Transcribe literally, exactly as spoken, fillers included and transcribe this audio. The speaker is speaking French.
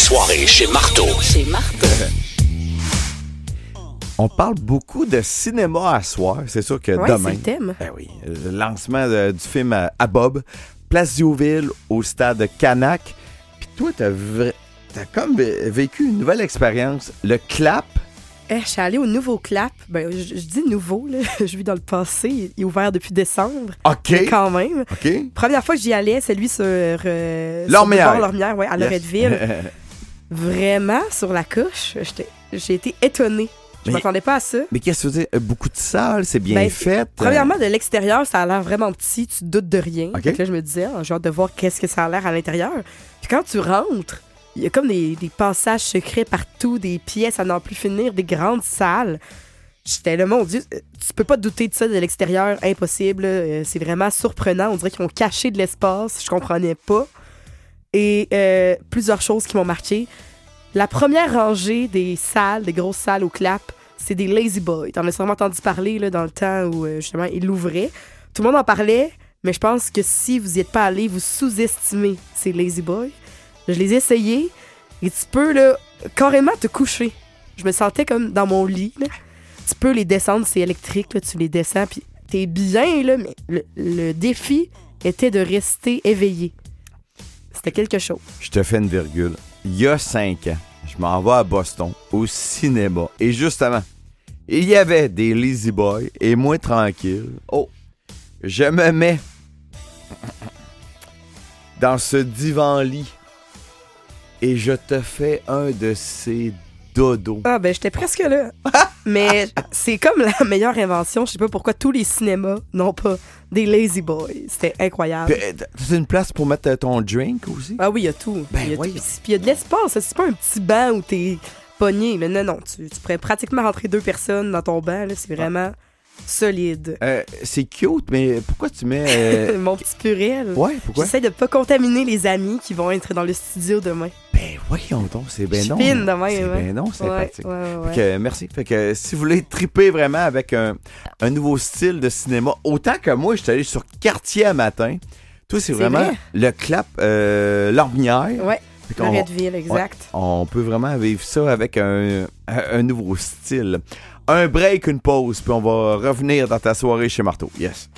soirée chez Marteau. Chez Marteau. On parle beaucoup de cinéma à soir. C'est sûr que Ouais, demain... c'est le thème. Ben oui, le lancement de- du film à, à Bob, Place Diouville, au stade Canac. Puis toi, t'as, vra- t'as comme vé- vécu une nouvelle expérience. Le clap. Eh, je suis allée au nouveau clap. Ben, je, je dis nouveau, là. Je vis dans le passé. Il est ouvert depuis décembre. OK. Mais quand même. OK. Première fois que j'y allais, c'est lui sur, euh, Lormière. sur Lormière, ouais, à Yes. Loretteville. Vraiment, sur la couche, j'étais- j'ai été étonnée. Je Mais- m'attendais pas à ça. Mais qu'est-ce que tu veux dire? Euh, Beaucoup de salles, c'est bien Ben, fait. Premièrement, de l'extérieur, ça a l'air vraiment petit. Tu te doutes de rien. OK. Fait que là, je me disais, ah, j'ai hâte de voir qu'est-ce que ça a l'air à l'intérieur. Puis quand tu rentres, il y a comme des, des passages secrets partout, des pièces à n'en plus finir, des grandes salles. J'étais là, mon Dieu, euh, tu peux pas douter de ça de l'extérieur, impossible. Euh, C'est vraiment surprenant. On dirait qu'ils ont caché de l'espace. Je comprenais pas. Et euh, plusieurs choses qui m'ont marqué. La première rangée des salles, des grosses salles au clap, c'est des Lazy Boys. T'en as sûrement entendu parler là, dans le temps où euh, justement ils l'ouvraient. Tout le monde en parlait, mais je pense que si vous y êtes pas allé, vous sous-estimez ces Lazy Boys. Je les ai essayés et tu peux là, carrément te coucher. Je me sentais comme dans mon lit. Là. Tu peux les descendre, c'est électrique, là, tu les descends, puis t'es bien, là, mais le, le défi était de rester éveillé. C'était quelque chose. Je te fais une virgule. Il y a cinq ans, je m'en vais à Boston, au cinéma. Et justement, il y avait des Lazy Boys et moi tranquille. Oh, je me mets dans ce divan-lit et je te fais un de ces dodos. Ah ben j'étais presque là. Mais c'est comme la meilleure invention. Je sais pas pourquoi tous les cinémas n'ont pas des Lazy Boys. C'était incroyable. Puis, euh, t'as une place pour mettre ton drink aussi? Ah oui, il y a tout. Ben Il y a oui. tout. Puis il y a de l'espace. C'est pas un petit banc où t'es pogné. Mais non, non. Tu, tu pourrais pratiquement rentrer deux personnes dans ton banc. Là. C'est vraiment solide. Euh, c'est cute, mais pourquoi tu mets... euh, Mon petit purel. Ouais, pourquoi? J'essaie de pas contaminer les amis qui vont être dans le studio demain. Ben voyons donc, c'est ben Je non. fine de même, C'est hein. ben non, sympathique. Ouais, ouais, ouais. Fait que, merci. Fait que si vous voulez triper vraiment avec un, un nouveau style de cinéma, autant que moi, je suis allé sur Quartier à matin. Toi, c'est C'est vraiment vrai. le clap euh, Lormière. Ouais, Fait qu'on- Loretteville, exact. ouais, on peut vraiment vivre ça avec un, un, un nouveau style. Un break, une pause, puis on va revenir dans ta soirée chez Marteau. Yes.